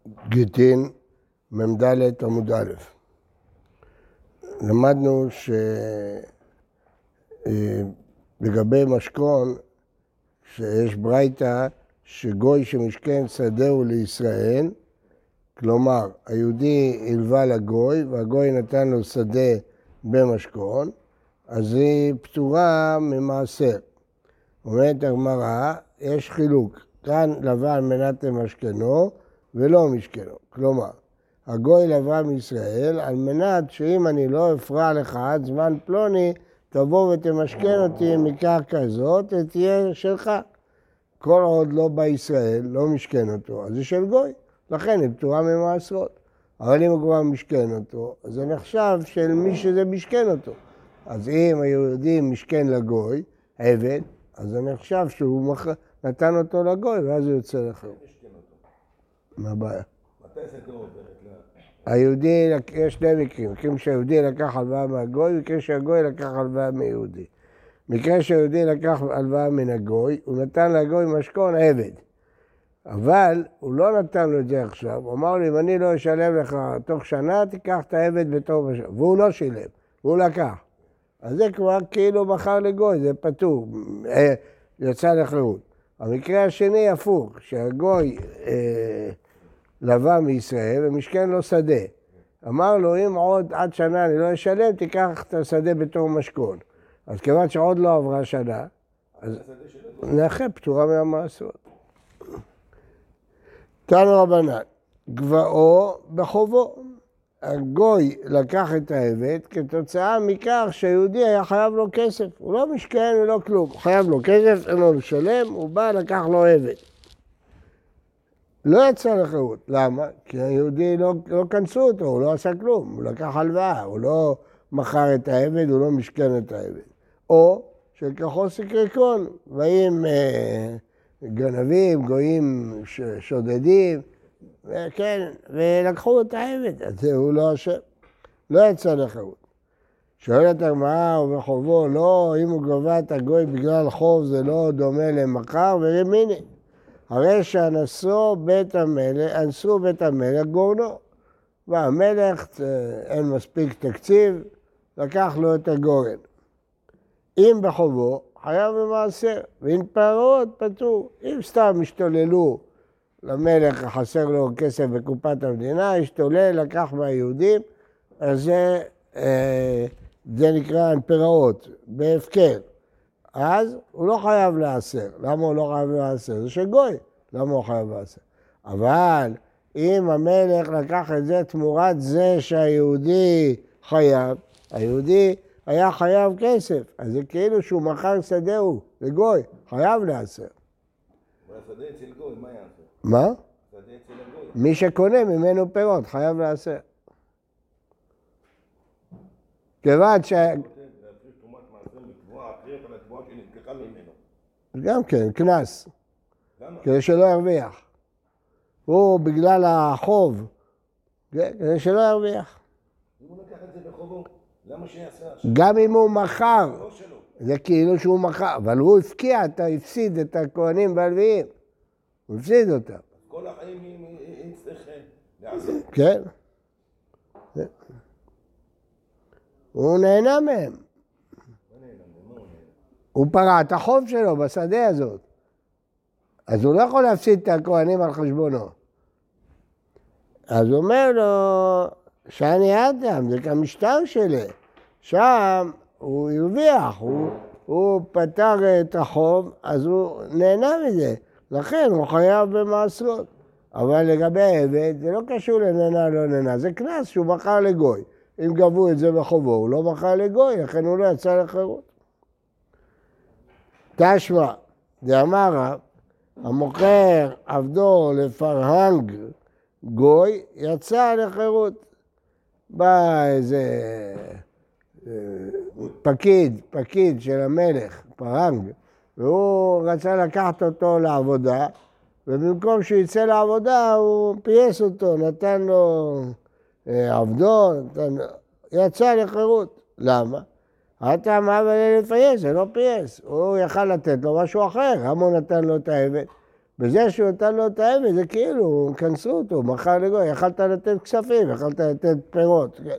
גיטין, מ"ד עמוד א'. למדנו שלגבי משכון, שיש ברייתא שגוי שמשכן שדהו לישראל, כלומר, היהודי הלווה לגוי והגוי נתן לו שדה במשכון, אז היא פטורה ממעשר. אומרת הגמרא, יש חילוק, כאן לווה על מנת למשכנו ולא משכנו. כלומר, הגוי לווה מישראל על מנת שאם אני לא אפרע לך עד זמן פלוני, תבוא ותמשכן אותי מקרקע הזאת ותהיה שלך. כל עוד לא בא ישראל, לא משכן אותו, אז זה של גוי. לכן היא פטורה ממעשרות. אבל אם הוא כבר משכן אותו, אז זה נחשב של מי שזה משכן אותו. אז אם היהודי משכן לגוי, עבד, אז זה נחשב שהוא נתן אותו לגוי, ואז הוא יוצא לחירות. מה הבעיה? מתי זה לא עוברת? היהודי, יש שני מקרים. מקרים שהיהודי לקח הלוואה מהגוי, מקרים שהגוי לקח הלוואה מיהודי. מקרה שהיהודי לקח הלוואה מן הגוי, הוא נתן לגוי משכון עבד. אבל הוא לא נתן לו את זה עכשיו, הוא אמר לי, אם אני לא אשלם לך תוך שנה, תיקח את העבד בתור משכון. והוא לא שילם, הוא לקח. אז זה כבר כאילו מכר לגוי, זה פטור, יצא לחירות. המקרה השני הפוך, שהגוי לווה מישראל ומשכן לו שדה. אמר לו, אם עוד עד שנה אני לא אשלם, תיקח את השדה בתור משכון. אז כיוון שעוד לא עברה שנה, אז נאחר פטורה מהמעשרות. תנו רבנן, גבאו בחובו. הגוי לקח את העבד כתוצאה מכך שהיהודי היה חייב לו כסף. הוא לא משכן ולא כלום, הוא חייב לו כסף, אין לו לשלם, הוא בא לקח לו עבד. לא יצא לחירות. למה? כי היהודי לא כנסו אותו, הוא לא עשה כלום, הוא לקח הלוואה, הוא לא מכר את העבד, הוא לא משכן את העבד. או שלקחו סקריקון, באים גנבים, גויים שודדים, וכן, ולקחו את העבד, אז הוא לא אשם, לא יצא לחירות. שואלת הגמרא ובחובו, לא, אם הוא גבה את הגוי בגלל חוב, זה לא דומה למכר ורמיני. הרי שאנסו בית המלך גורנו. והמלך אין מספיק תקציב, לקח לו את הגורן. אם בחובו, חייב במעשר, ואם פרות פטור. אם סתם השתוללו למלך, חסר לו כסף בקופת המדינה, השתולל, לקח מהיהודים, אז זה נקרא פרעות, בהפקר. אז הוא לא חייב לעשר. למה הוא לא חייב לעשר? זה שגוי. למה הוא חייב לעשר? אבל אם המלך לקח את זה תמורת זה שהיהודי חייב, היהודי היה חייב כסף, אז זה כאילו שהוא מכר שדהו, זה גוי, חייב לעשר. והשדה אצל גוי, מה יעשה? מה? שדה אצל הגוי. מי שקונה ממנו פירות, חייב לעשר. כיוון גם כן, כנס. למה? כדי שלא ירוויח. הוא בגלל החוב, כדי שלא ירוויח. אם הוא לקח את זה בחובו, למה שיעשה עכשיו? גם אם הוא מכר, לא שלו. זה כאילו שהוא מכר, אבל הוא הפסיד את הכהנים והלוויים. הוא הפסיד אותם. כל החיים היא צריך לעשות. כן. הוא נהנה מהם. הוא פרע את החוב שלו בשדה הזאת. אז הוא לא יכול להפסיד את הכהנים על חשבונו. אז הוא אומר לו, שאני אדם, זה כמשטר שלי. שם הוא הרוויח, הוא פתר את החוב, אז הוא נהנה מזה. לכן הוא חייב במעשרות. אבל לגבי העבד, זה לא קשור לנהנה לא נהנה, זה קנס שהוא מכר לגוי. אם גבו את זה בחובו, הוא לא מכר לגוי, לכן הוא לא יצא לחירות. תשמע, דאמר רב, המוכר עבדו לפרהנג גוי, יצא לחירות. בא איזה פקיד של המלך, פרהנג, והוא רצה לקחת אותו לעבודה, ובמקום שהוא יצא לעבודה, הוא פייס אותו, נתן לו עבדו, יצא לחירות. למה? אתה מה ולא לפייס, זה לא פייס. הוא יכל לתת לו משהו אחר, למה הוא נתן לו את העבד? בזה שהוא נתן לו את העבד, זה כאילו, כנסו אותו, מכר לגוי, יכלת לתת כספים, יכלת לתת פירות, כן.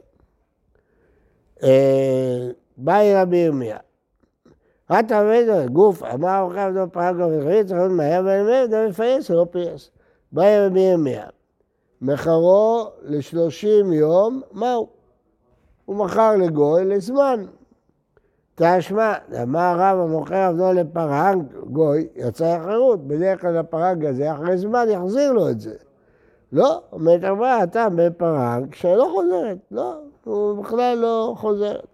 באי רבי ירמיה. רק עבד גוף, אמר אוכל עבדו פרק וחרית, צריך להיות מהר ולמד, דו מפייס, לא פייס. באי רבי ירמיה. מכרו ל30 יום, מהו? הוא מכר לגוי לזמן. תשמע, אמר הרב המוכר עבדו לפרק, גוי, יצא יחרות, בדרך כלל הפרק הזה, אחרי זמן יחזיר לו את זה. לא, אומרת הרבה, אתה בפרק שלא חוזרת, לא, הוא בכלל לא חוזרת.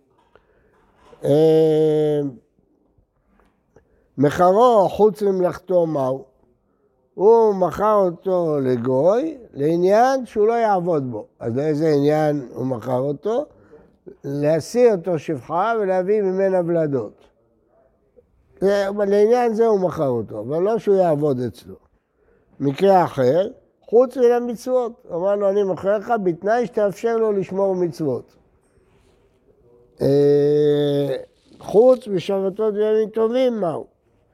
מכרו חוץ למלאכתו מהו? הוא מכר אותו לגוי, לעניין שהוא לא יעבוד בו. אז לאיזה עניין הוא מכר אותו? להסיר אותו שפחה ולהביא ממנה ולדות. לעניין זה הוא מכר אותו, אבל לא שהוא יעבוד אצלו. מקרה אחר, חוץ מן המצוות. אמר לו, אני מוכר לך בתנאי שתאפשר לו לשמור מצוות. חוץ משבתות וימים טובים, מהו?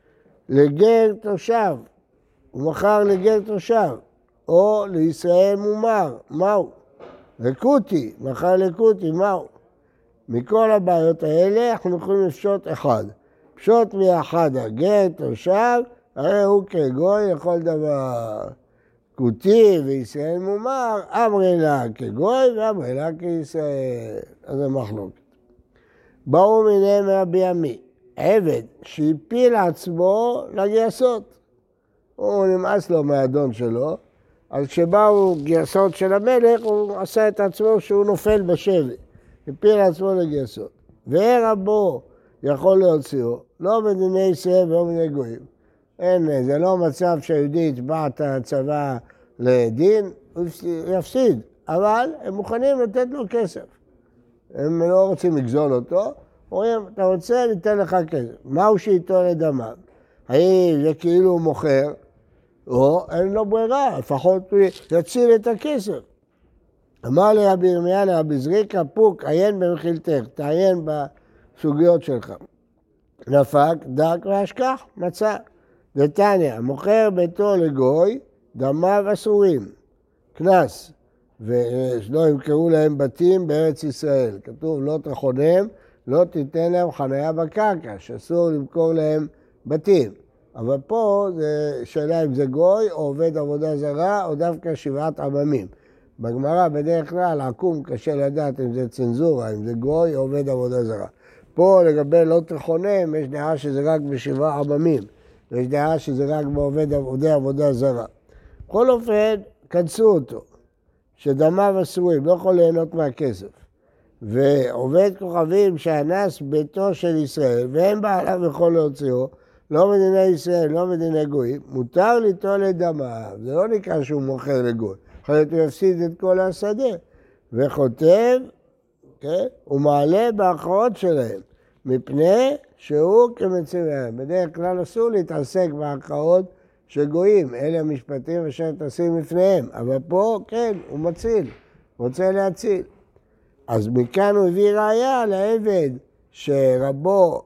לגר תושב. הוא מכר לגר תושב, או לישראל מומר, מהו? לקוטי, מכר לקוטי, מהו? מכל הבעיות האלה אנחנו יכולים לפשוט אחד. פשוט מאחד, הגר תושב, הרי הוא כגוי לכל דבר. קוטי וישראל מומר, אמרי לה כגוי ואמרי לה כישראל. אז זה מחלוקת. באו מיניהם רבי עמי, עבד שהפיל עצמו לגייסות. הוא נמאס לו מהאדון שלו, אז כשבאו גייסות של המלך, הוא עשה את עצמו שהוא נופל בשבי. הפיל עצמו לגייסות. ורבו יכול להוציאו, לא בדיני ישראל ולא בדיני גויים. אין, זה לא מצב שהיהודי יתבע את הצבא לדין, הוא יפסיד, אבל הם מוכנים לתת לו כסף. הם לא רוצים לגזול אותו, אומרים, אתה רוצה, ניתן לך כסף. מהו שאיתו לדמיו? האם זה כאילו הוא מוכר, או אין לו ברירה, לפחות הוא יציל את הכסף. אמר לי רבי ירמיה לרבי זריקה, פוק, עיין במחילתך, תעיין בסוגיות שלך. נפק, דק והשכח, מצא. דתניא, המוכר ביתו לגוי, דמיו אסורים. קנס, ולא ימכרו להם בתים בארץ ישראל. כתוב, לא תחונם, לא תיתן להם חניה בקרקע, שאסור למכור להם בתים. אבל פה זה שאלה אם זה גוי או עובד עבודה זרה או דווקא 7 עממים. בגמרא בדרך כלל עקום קשה לדעת אם זה צנזורה, אם זה גוי או עובד עבודה זרה. פה לגבי לא תחונם יש דעה שזה רק ב7 עממים. ויש דעה שזה רק בעובד עבודה זרה. בכל אופן, כנסו אותו, שדמיו אסורים, לא יכול ליהנות מהכסף. ועובד כוכבים שאנס ביתו של ישראל, ואין בעליו יכול להוציאו, לא מדיני ישראל, לא מדיני גויים, מותר ליטול את דמיו. זה לא נקרא שהוא מוכר לגוי. אחרת הוא יפסיד את כל השדה. וכותב, כן? הוא מעלה בהכרעות שלהם, מפני שהוא כמצוויהם. בדרך כלל אסור להתעסק בהכרעות של גויים. אלה המשפטים אשר תשים לפניהם. אבל פה, כן, הוא מציל, רוצה להציל. אז מכאן הוא הביא ראיה לעבד שרבו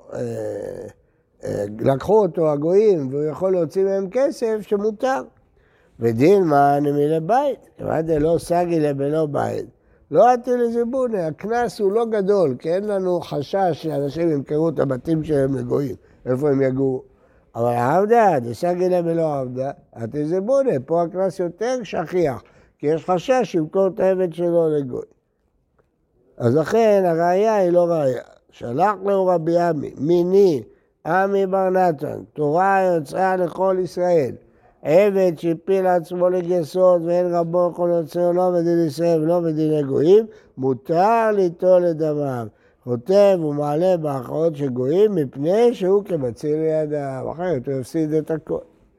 לקחו אותו הגויים והוא יכול להוציא מהם כסף שמותר. ודילמה נמילי בית, כמעט לא סגי לבלא בית. לא הטיל לזיבוני, הקנס הוא לא גדול, כי אין לנו חשש שאנשים ימכרו את הבתים שלהם לגויים, איפה הם יגורו. אבל העבדה, דסגי לבלא עבדה, הטיל לזיבוני, פה הקנס יותר שכיח, כי יש חשש שימכור את העבד שלו לגוי. אז לכן הראייה היא לא ראייה. שלח לו רבי עמי, מיני, עמי בר נתן, תורה יוצאה לכל ישראל. עבד שהפיל עצמו לגייסות ואין רבו יכול להוציאו לא בדין ישראל ולא בדיני גויים, מותר ליטול את דמיו. כותב ומעלה בהכרעות של גויים מפני שהוא כמציל לידיו, אחרת הוא יפסיד את הכל.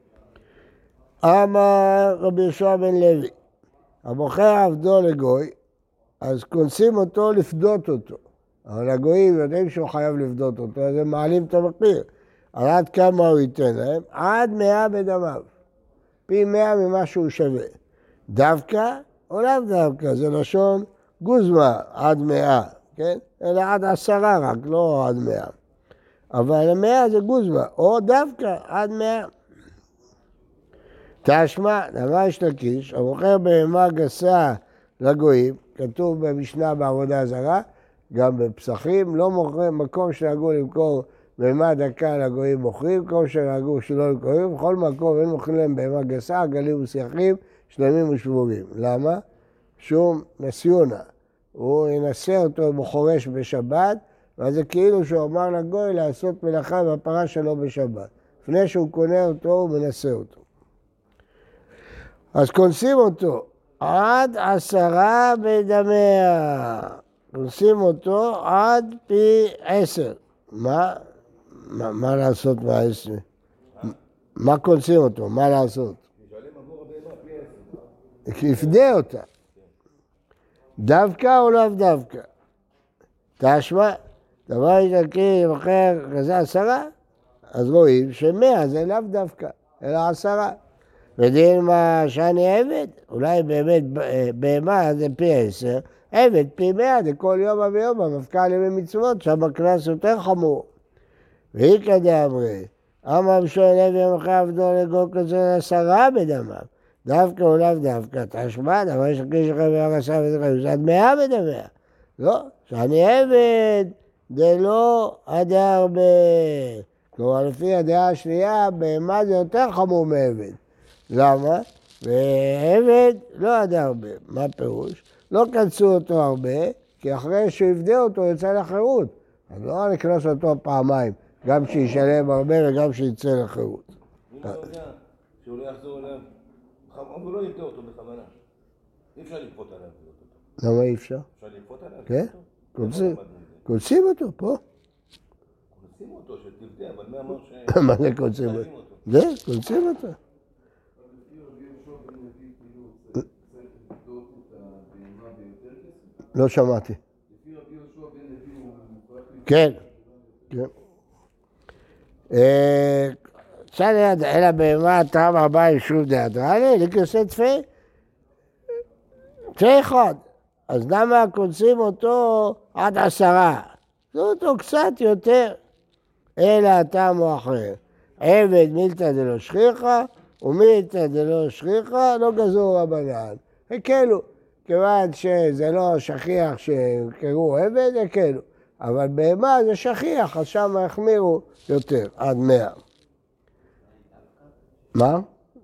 אמר רבי יהושע בן לוי, המוכר עבדו לגוי, אז כונסים אותו לפדות אותו. אבל הגויים יודעים שהוא חייב לפדות אותו, אז הם מעלים את המחיר. אבל עד כמה הוא ייתן להם? עד 100 בדמיו. פי 100 ממה שהוא שווה. דווקא או לאו דווקא, זה לשון גוזמה עד 100, כן? אלא עד 10 רק, לא עד 100. אבל 100 זה גוזמה, או דווקא עד 100. תשמע, דבר יש לקיש, המוכר בהמה גסה לגויים, כתוב במשנה בעבודה זרה, גם בפסחים, לא מוכר, מקום שנהגו למכור בהמה דקה לגויים מוכרים, מקום שנהגו שלא למכורים, בכל מקום אין מוכרים להם בהמה גסה, עגלים ושיחים, שלמים ושבורים. למה? שום נסיונה. הוא ינסה אותו אם הוא חורש בשבת, ואז זה כאילו שהוא אמר לגוי לעשות מלאכה בפרה שלו בשבת. לפני שהוא קונה אותו, הוא מנסה אותו. אז כונסים אותו עד 10 בדמיה. כונסים אותו עד פי 10. מה לעשות מה-10? מה כונסים אותו? מה לעשות? יפדה אותה. דווקא או לאו דווקא? תשמע, דבר יתקי אחר כזה 10, אז רואים ש100 זה לאו דווקא, אלא 10. ודין מה שאני עבד, אולי באמת בהמה זה פי 10, עבד פי 100, זה כל יום ויום, המפקע לימי מצוות, שם הקנס יותר חמור. והיא כדי אמרי, אמר שואל לוי המחר עבדו לגור כזה 10 בדמיו, דווקא או לאו דווקא, תשמע, דבר יש לקיש לכם והרסה וזכם, זה עד 100 בדמיה. לא, שאני עבד, זה לא עד הרבה. כלומר, לפי הדעה השנייה, בהמה זה יותר חמור מעבד. למה? ועבד לא עד הרבה. מה פירוש? לא כנסו אותו הרבה, כי אחרי שהוא יפדה אותו, יצא לחירות. אז לא נכנס אותו פעמיים, גם שישלם הרבה וגם שיצא לחירות. אם הוא יודע שהוא לא יחזור אליו, הוא לא יפדה אותו בכוונה. אי אפשר לכפות עליו. למה אי אפשר? אפשר לכפות עליו? כן, קונסים אותו פה. קונסים אותו שתפדה, אבל מי אמר ש... מה זה קונסים אותו? זה, קונסים אותו. לא שמעתי. כן. צד אלא בהמה טעם הבא ישוב דאדרלי, לכסה תפה. תפה אחד. אז למה קונסים אותו עד 10? זה אותו קצת יותר. אלא הטעם הוא אחר. עבד מילתא דלא שכיחא, ומילתא דלא שכיחא, לא גזור רבנן. הקלו. כיוון שזה לא שכיח שקראו עבד, הקלו. אבל בהמה זה שכיח, אז שם החמירו יותר, עד 100. מה?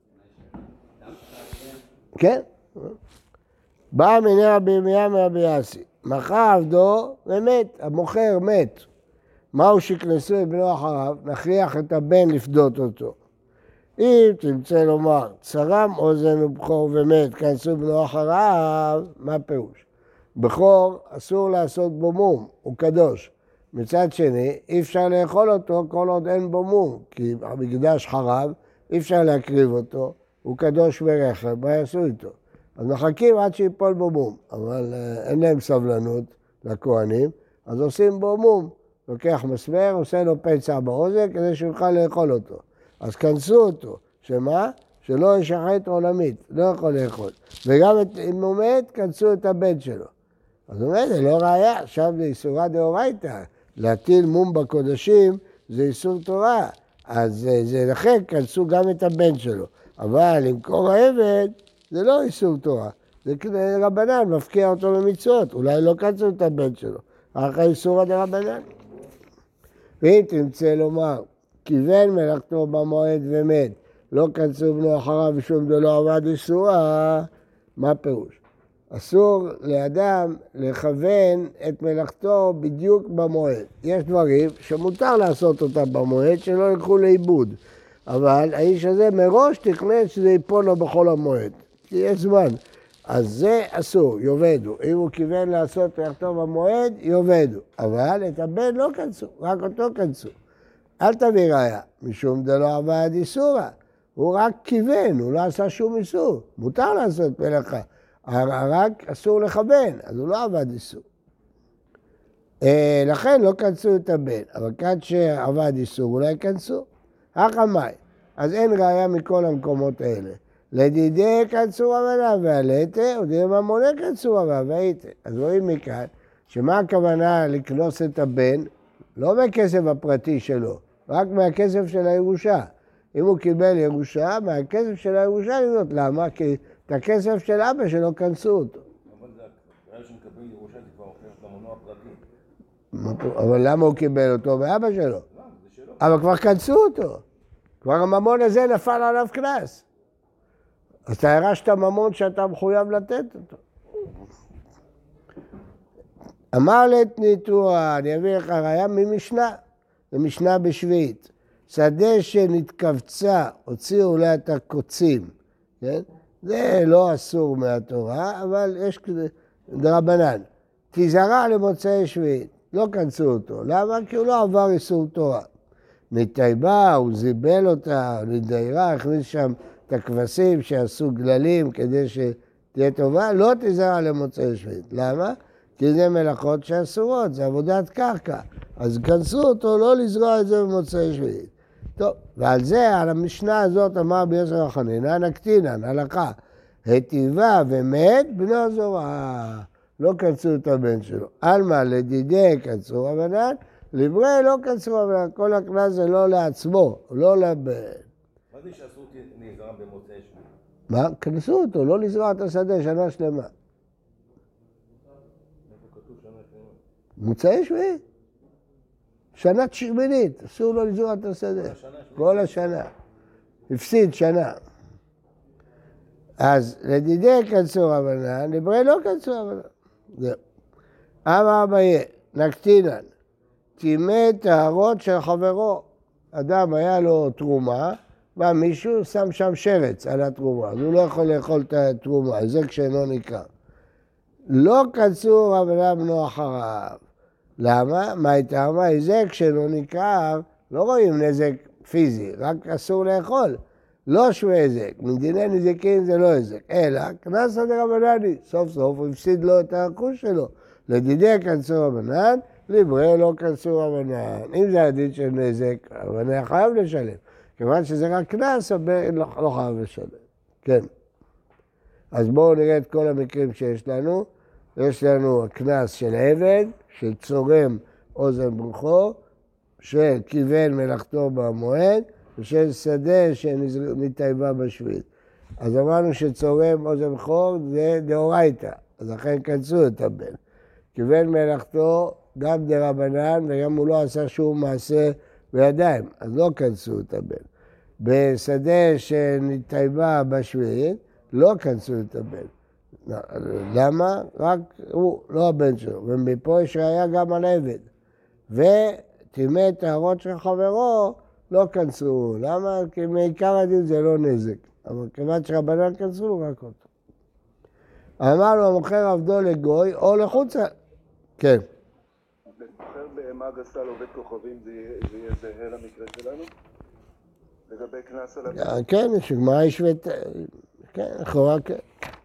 כן. בא מיני רבי ירמיה מרבי יאסי, מכר עבדו ומת, המוכר מת. מהו שכנסו את בנו אחריו? נכריח את הבן לפדות אותו. אם תמצא לומר, צרם אוזן ובכור ומת, כנסו בנו אחריו, מה פירוש? בכור אסור לעשות בו מום, הוא קדוש. מצד שני, אי אפשר לאכול אותו כל עוד אין בו מום, כי המקדש חרב, אי אפשר להקריב אותו, הוא קדוש ברכב, מה יעשו איתו? אז מחכים עד שיפול בו מום, אבל אין להם סבלנות לכהנים, אז עושים בו מום. לוקח מסמר, עושה לו פצע באוזן כדי שיוכל לאכול אותו. אז כנסו אותו, שמה? שלא ישחט עולמית, לא יכול לאכול. וגם אם הוא מת, כנסו את הבן שלו. אז הוא אומר, זה לא ראיה, עכשיו זה איסורה דאורייתא. להטיל מום בקודשים זה איסור תורה. אז זה לכן כנסו גם את הבן שלו. אבל למכור העבד, זה לא איסור תורה. זה רבנן, מפקיע אותו למצוות. אולי לא כנסו את הבן שלו. אחרי איסורה דרבנן. ואם תמצא לומר, כיוון מלאכתו במועד ומת, לא כנסו בנו אחריו ושום דלא עבד איסורה, מה פירוש? אסור לאדם לכוון את מלאכתו בדיוק במועד. יש דברים שמותר לעשות אותם במועד, שלא ילכו לאיבוד. אבל האיש הזה מראש תכנן שזה ייפול לו בכל המועד. כי יש זמן. אז זה אסור, יובדו. אם הוא כיוון לעשות מלאכתו במועד, יובדו. אבל את הבן לא כנסו, רק אותו כנסו. אל תביא ראיה, משום דלא עבד איסורה. הוא רק כיוון, הוא לא עשה שום איסור. מותר לעשות מלאכה. רק אסור לכוון, אז הוא לא עבד איסור. לכן לא כנסו את הבן, אבל כאן שעבד איסור אולי כנסו. החמאי, אז אין ראיה מכל המקומות האלה. לדידי כנסו רבנה ועלתה, ודידי ממונה כנסו רבנה והייתה. אז רואים מכאן, שמה הכוונה לקנוס את הבן? לא מהכסף הפרטי שלו, רק מהכסף של הירושה. אם הוא קיבל ירושה, מהכסף של הירושה לבנות. למה? כי את הכסף של אבא שלו כנסו אותו. אבל זה, ברגע שמקבל ירושה זה כבר הופך למנוע פרטי. אבל למה הוא קיבל אותו? מאבא שלו. לא, זה שלו. אבל כבר כנסו אותו. כבר הממון הזה נפל עליו קנס. אז אתה ירשת ממון שאתה מחויב לתת אותו. אמר לתניתוה, אני אביא לך ראיה ממשנה, זה משנה בשביעית. שדה שנתכווצה, הוציאו לה את הקוצים, כן? זה לא אסור מהתורה, אבל יש כזה דרבנן. תזרע למוצאי שביעית, לא כנסו אותו. למה? כי הוא לא עבר איסור תורה. נתייבה, הוא זיבל אותה, נדיירה, הכניס שם את הכבשים שעשו גללים כדי שתהיה טובה, לא תזרע למוצאי שביעית. למה? כי זה מלאכות שאסורות, זה עבודת קרקע. אז כנסו אותו לא לזרוע את זה במוצאי שביעית. טוב, ועל זה, על המשנה הזאת אמר ביוסר החנינא, נקטינן, הלכה. היטיבה ומת, בנו זורע. לא כנסו את הבן שלו. עלמא לדידי כנסו רבנן, לברי לא כנסו רבנן. כל הקנס זה לא לעצמו, לא לבן. מה זה שאסור נזרע במוצאי שביעית? מה? כנסו אותו, לא לזרוע את השדה שנה שלמה. איפה כתוב שנה שלמה? מוצאי שביעית. שנה שמינית, אסור לו לזרוע את השדה. כל השנה. הפסיד שנה. אז לדידי כנסו רבנן, לברי לא כנסו רבנן. זהו. אמר אביי, נקטינן, טימא טהרות של חברו. אדם היה לו תרומה, בא מישהו שם שם שרץ על התרומה, אז הוא לא יכול לאכול את התרומה, זה כשאינו ניכר. לא כנסו רבנן בנו אחריו. למה? מה הייתה? מה זה כשאינו ניכר, לא רואים נזק פיזי, רק אסור לאכול. לא שווה נזק, מדיני נזקים זה לא נזק, אלא קנסא דרבנן, סוף סוף הוא הפסיד לו את הרכוש שלו. לדידי כנסו רבנן, לברי לא כנסו רבנן. אם זה הדין של נזק, רבנן חייב לשלם. כיוון שזה רק קנס, הבן לא חייב לשלם. כן. אז בואו נראה את כל המקרים שיש לנו. יש לנו הקנס של עבד, של צורם אוזן ברוכו, של כיוון מלאכתו במועד, ושל שדה שנתייבה בשביעית. אז אמרנו שצורם אוזן בכור זה דאורייתא, אז לכן כנסו את הבן. כיוון מלאכתו גם דרבנן וגם הוא לא עשה שום מעשה בידיים, אז לא כנסו את הבן. בשדה שנתייבה בשביעית לא כנסו את הבן. למה? רק הוא, לא הבן שלו. ומפה יש ראיה גם על עבד. וטימא טהרות של חברו לא כנסו. למה? כי מעיקר הדין זה לא נזק. אבל כיוון שרבנן כנסו, רק אותו. אמרנו, המוכר עבדו לגוי או לחוצה. כן. מוכר בהמה גסה לעובד כוכבים, זה יהיה זהה למקרה שלנו? לגבי קנס על הבן? כן, יש גמרא השווית... כן, לכאורה כן.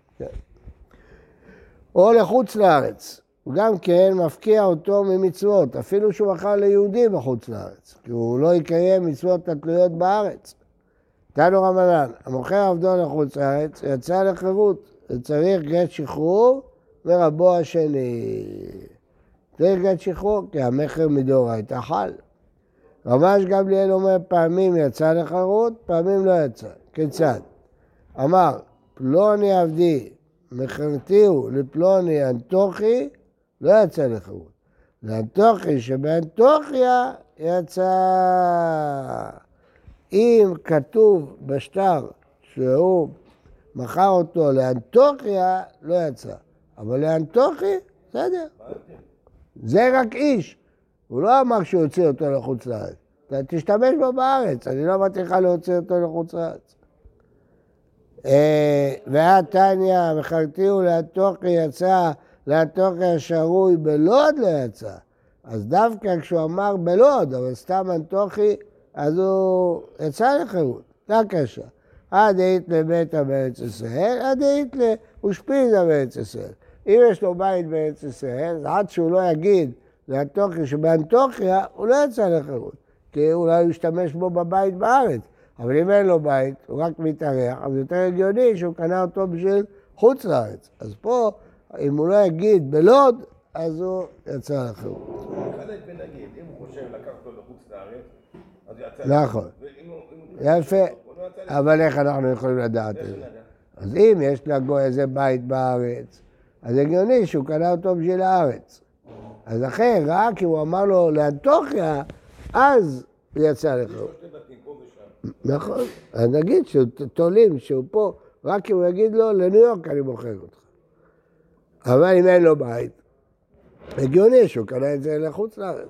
או לחוץ לארץ. הוא גם כן מפקיע אותו ממצוות, אפילו שהוא מכר ליהודי בחוץ לארץ, כי הוא לא יקיים מצוות התלויות בארץ. תנו רבנן, המוכר עבדו לחוץ לארץ, יצא לחירות, צריך גט שחרור ורבו השני. צריך גט שחרור, כי המכר מדאורייתא חל. רבש גמליאל אומר פעמים יצא לחירות, פעמים לא יצא. כיצד? אמר, פלוני עבדי, מכרתיהו לפלוני אנטוכי, לא יצא לחירות. לאנטוכי שבאנטוכיה יצא. אם כתוב בשטר שהוא מכר אותו לאנטוכיה, לא יצא. אבל לאנטוכי, בסדר. זה רק איש. הוא לא אמר שהוא יוצא אותו לחוץ לארץ. אתה תשתמש בו בארץ, אני לא מתחיל להוציא אותו לחוץ לארץ. והתניא, מכרתיהו לאנטוכי יצא, לאנטוכי השרוי בלוד לא יצא. אז דווקא כשהוא אמר בלוד, אבל סתם אנטוכי, אז הוא יצא לחירות. זה הקשר. עד היית לביתה בארץ ישראל, עד היית לאושפיזה בארץ ישראל. אם יש לו בית בארץ ישראל, עד שהוא לא יגיד לאנטוכי שבאנטוכיה, הוא לא יצא לחירות. כי אולי הוא ישתמש בו בבית בארץ. אבל אם אין לו בית, הוא רק מתארח, אז יותר הגיוני שהוא קנה אותו בשביל חוץ לארץ. אז פה, אם הוא לא יגיד בלוד, אז הוא יצא לחירות. אחד ההתפן נגיד, אם הוא חושב לקח אותו לחוץ לארץ, אז יצא לחירות. נכון. ואם הוא יפה. אבל איך אנחנו יכולים לדעת את זה? אז אם יש לגוי איזה בית בארץ, אז הגיוני שהוא קנה אותו בשביל הארץ. אז לכן, רק אם הוא אמר לו לאנטוכיה, אז הוא יצא לחירות. נכון, אז נגיד שתולים שהוא פה, רק אם הוא יגיד לו, לניו יורק אני מוכר אותך. אבל אם אין לו בית, הגיוני שהוא קנה את זה לחוץ לארץ.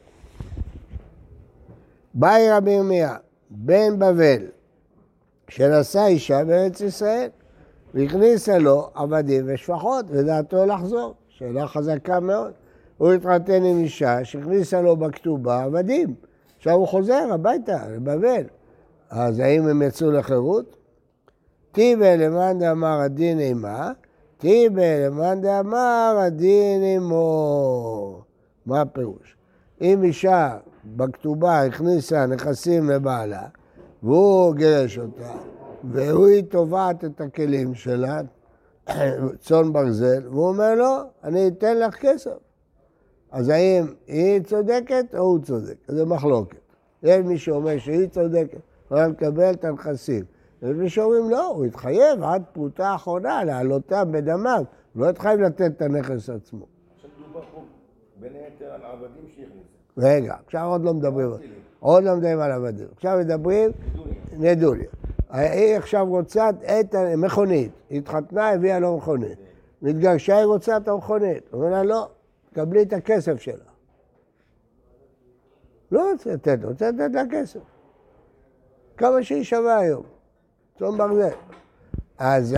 באי רבי ירמיה, בן בבל, שנשא אישה בארץ ישראל, והכניסה לו עבדים ושפחות, ודעתו לחזור. שאלה חזקה מאוד. הוא התחתן עם אישה שהכניסה לו בכתובה עבדים. עכשיו הוא חוזר הביתה, לבבל. אז האם הם יצאו לחירות? תיבה למאן דאמר הדין עמה, תיבה למאן דאמר הדין עמו. מה הפירוש? אם אישה בכתובה הכניסה נכסים לבעלה, והוא גירש אותה, והיא תובעת את הכלים שלה, צאן ברזל, והוא אומר לו, אני אתן לך כסף. אז האם היא צודקת או הוא צודק? זה מחלוקת. יש מי שאומר שהיא צודקת, הוא יכול לקבל את הנכסים. יש מי שאומרים לא, הוא התחייב עד פרוטה אחרונה להעלותם בדמם, הוא לא התחייב לתת את הנכס עצמו. עכשיו דובר פה בין היתר על עבדים שהכניסה. רגע, עכשיו עוד לא מדברים על עבדים. עכשיו מדברים, נדוליה. היא עכשיו רוצה את המכונית, היא התחתנה, הביאה לו מכונית. מתגרשה, היא רוצה את המכונית. הוא אומר לה, לא, תקבלי את הכסף שלה. לא רוצה לתת, רוצה לתת לה כסף. כמה שהיא שווה היום. צאן ברזל. אז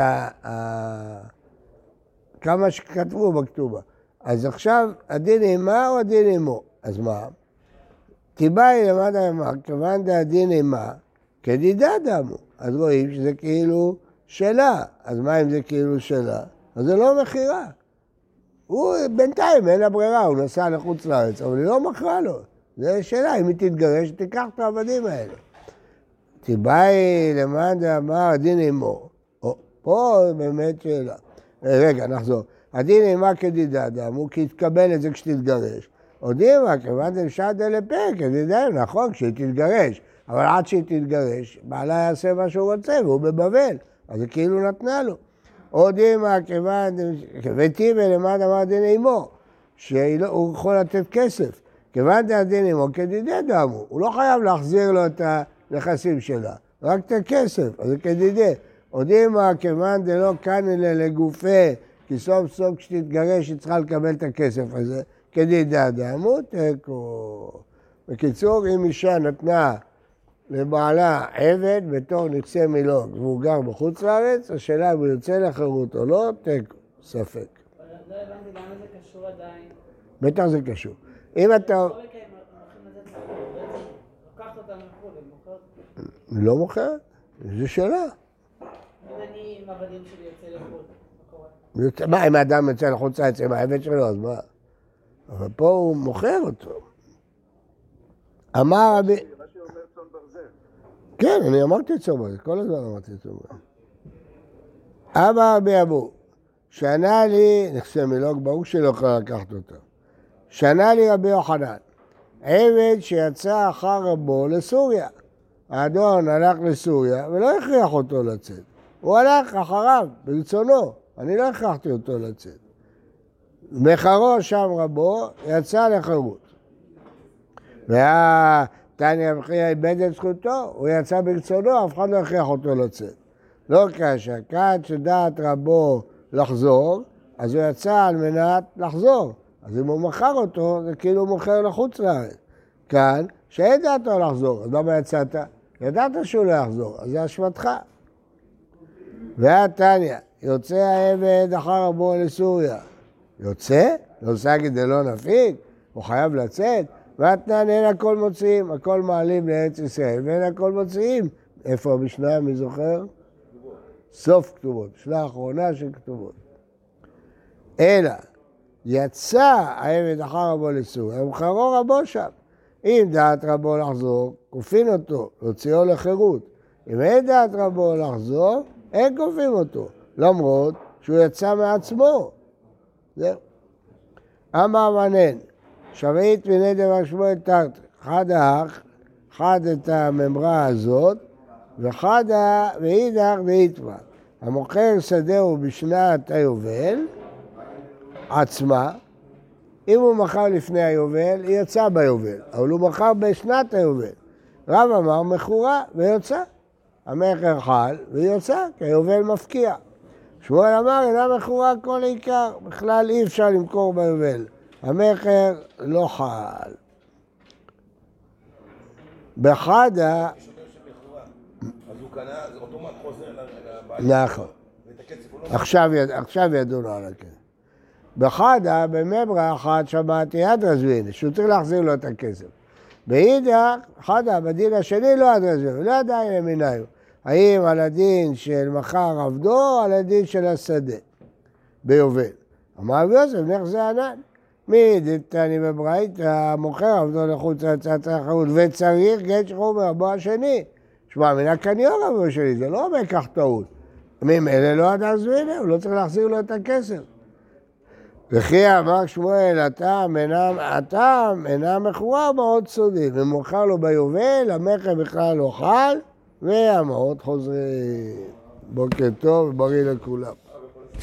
כמה שכתבו בכתובה. אז עכשיו, הדין עמה או הדין עמו? אז מה? תיבאי למטה אמר, כיוון דהדין עמה, כדידה דמו. אז רואים שזה כאילו שלה. אז מה אם זה כאילו שלה? אז זה לא מחירה. הוא בינתיים אין לה ברירה, הוא נסע לחוץ לארץ, אבל היא לא מכרה לו. זה שאלה, אם היא תתגרש, תיקח את העבדים האלה. תיבאי למאן דאמר הדין עמו. פה באמת שאלה. רגע, נחזור. הדין עמה כדידה דמו, כי תקבל את זה כשתתגרש. עוד אימא, כיוון דאפשר דלפה, כדידה, נכון, כשהיא תתגרש. אבל עד שהיא תתגרש, בעלה יעשה מה שהוא רוצה, והוא בבבל. אז זה כאילו נתנה לו. עוד אימא, כיוון, ותיבה למען אמר דין עמו, שהוא יכול לתת כסף. כיוון דין עמו, כדידה דמו. הוא לא חייב להחזיר לו את הנכסים שלה, רק את הכסף, אז זה כדידה. עוד אימא, כיוון דלא כאן אלא לגופה, כי סוף סוף כשתתגרש היא צריכה לקבל את הכסף הזה, כדידה דמו, תקו. בקיצור, אם אישה נתנה לבעלה עבד בתור נכסי מילוג והוא גר בחוץ לארץ, השאלה אם הוא יוצא לחירות או לא, תקו, ספק. לא הבנתי למה זה קשור עדיין. בטח זה קשור. אם אתה... לוקחת אותם לחו"ל, מוכרת? לא מוכרת, זה שאלה. אם אני עם עבדים שלי יוצא לחו"ל, מה קורה? מה, אם האדם יוצא לחוץ לארץ עם העבד שלו, אז מה? אבל פה הוא מוכר אותו. אמר רבי... מה שאומר צאן ברזל. כן, אני אמרתי צאן ברזל, כל הזמן אמרתי צאן ברזל. אמר רבי אבו, שנה לי, נכסי מילוג, ברור שלא יכול לקחת אותה. שנה לי רבי יוחנן, עבד שיצא אחר רבו לסוריה. האדון הלך לסוריה ולא הכריח אותו לצאת. הוא הלך אחריו, ברצונו. אני לא הכרחתי אותו לצאת. מחרו שם רבו, יצא לחירות. תניא המחיה איבד את זכותו, הוא יצא ברצונו, אף אחד לא הכריח אותו לצאת. לא כאשר, כאן שדעת רבו לחזור, אז הוא יצא על מנת לחזור. אז אם הוא מכר אותו, זה כאילו הוא מוכר לחוץ לארץ. כאן, שאין דעתו לחזור, אז למה יצאת? ידעת שהוא לא יחזור, אז זה אשמתך. תניא, יוצא העבד אחר רבו לסוריה. יוצא? לא סגי דלא נפיק? הוא חייב לצאת? ואתנן אין הכל מוציאים, הכל מעלים לארץ ישראל, ואין הכל מוציאים. איפה המשנה, מי זוכר? סוף כתובות, משנה האחרונה של כתובות. אלא, יצא העבד אחר רבו לסוריה, ומחרו רבו שם. אם דעת רבו לחזור, כופין אותו, להוציאו לחירות. אם אין דעת רבו לחזור, אין כופין אותו, למרות שהוא יצא מעצמו. זהו. אמר מנן, שביעית מנדר ושמואל תרתי, חד האח, חד את הממרה הזאת, וחדה ואידך דאיתמר. המוכר שדהו בשנת היובל עצמה, אם הוא מכר לפני היובל, היא יצאה ביובל, אבל הוא מכר בשנת היובל. רב אמר מכורה ויוצא. המכר חל והיא יוצאה, כי היובל מפקיע. שמואל אמר, אינה מכורה כל עיקר, בכלל אי אפשר למכור ביובל. המכר לא חל. בחדה... אז הוא קנה, זה אוטומט חוזר לבעל. נכון. עכשיו ידונו על הכסף. בחדה, במברה אחת שמעתי יד רזבין, שהוא צריך להחזיר לו את הכסף. באידך, חדה, בדין השני לא יד רזבין, לא עדיין למיניים. האם על הדין של מחר עבדו או על הדין של השדה ביובל. אמר רבי יוסף, נך זה ענן. מי דתני בברייתא, מוכר עבדו לחוץ להצעת האחריות וצריך גט שחרור ברבו השני. שמע, מן הקניור רבו שלי, זה לא אומר כך טעות. ממילא לא עד רזבין, הוא לא צריך להחזיר לו את הכסף. וכי אמר שמואל, הטעם אינה מכורה מאוד סודי, ומוכר לו ביובל, המכר בכלל לא חל, והמעות חוזרים. בוקר טוב ובריא לכולם.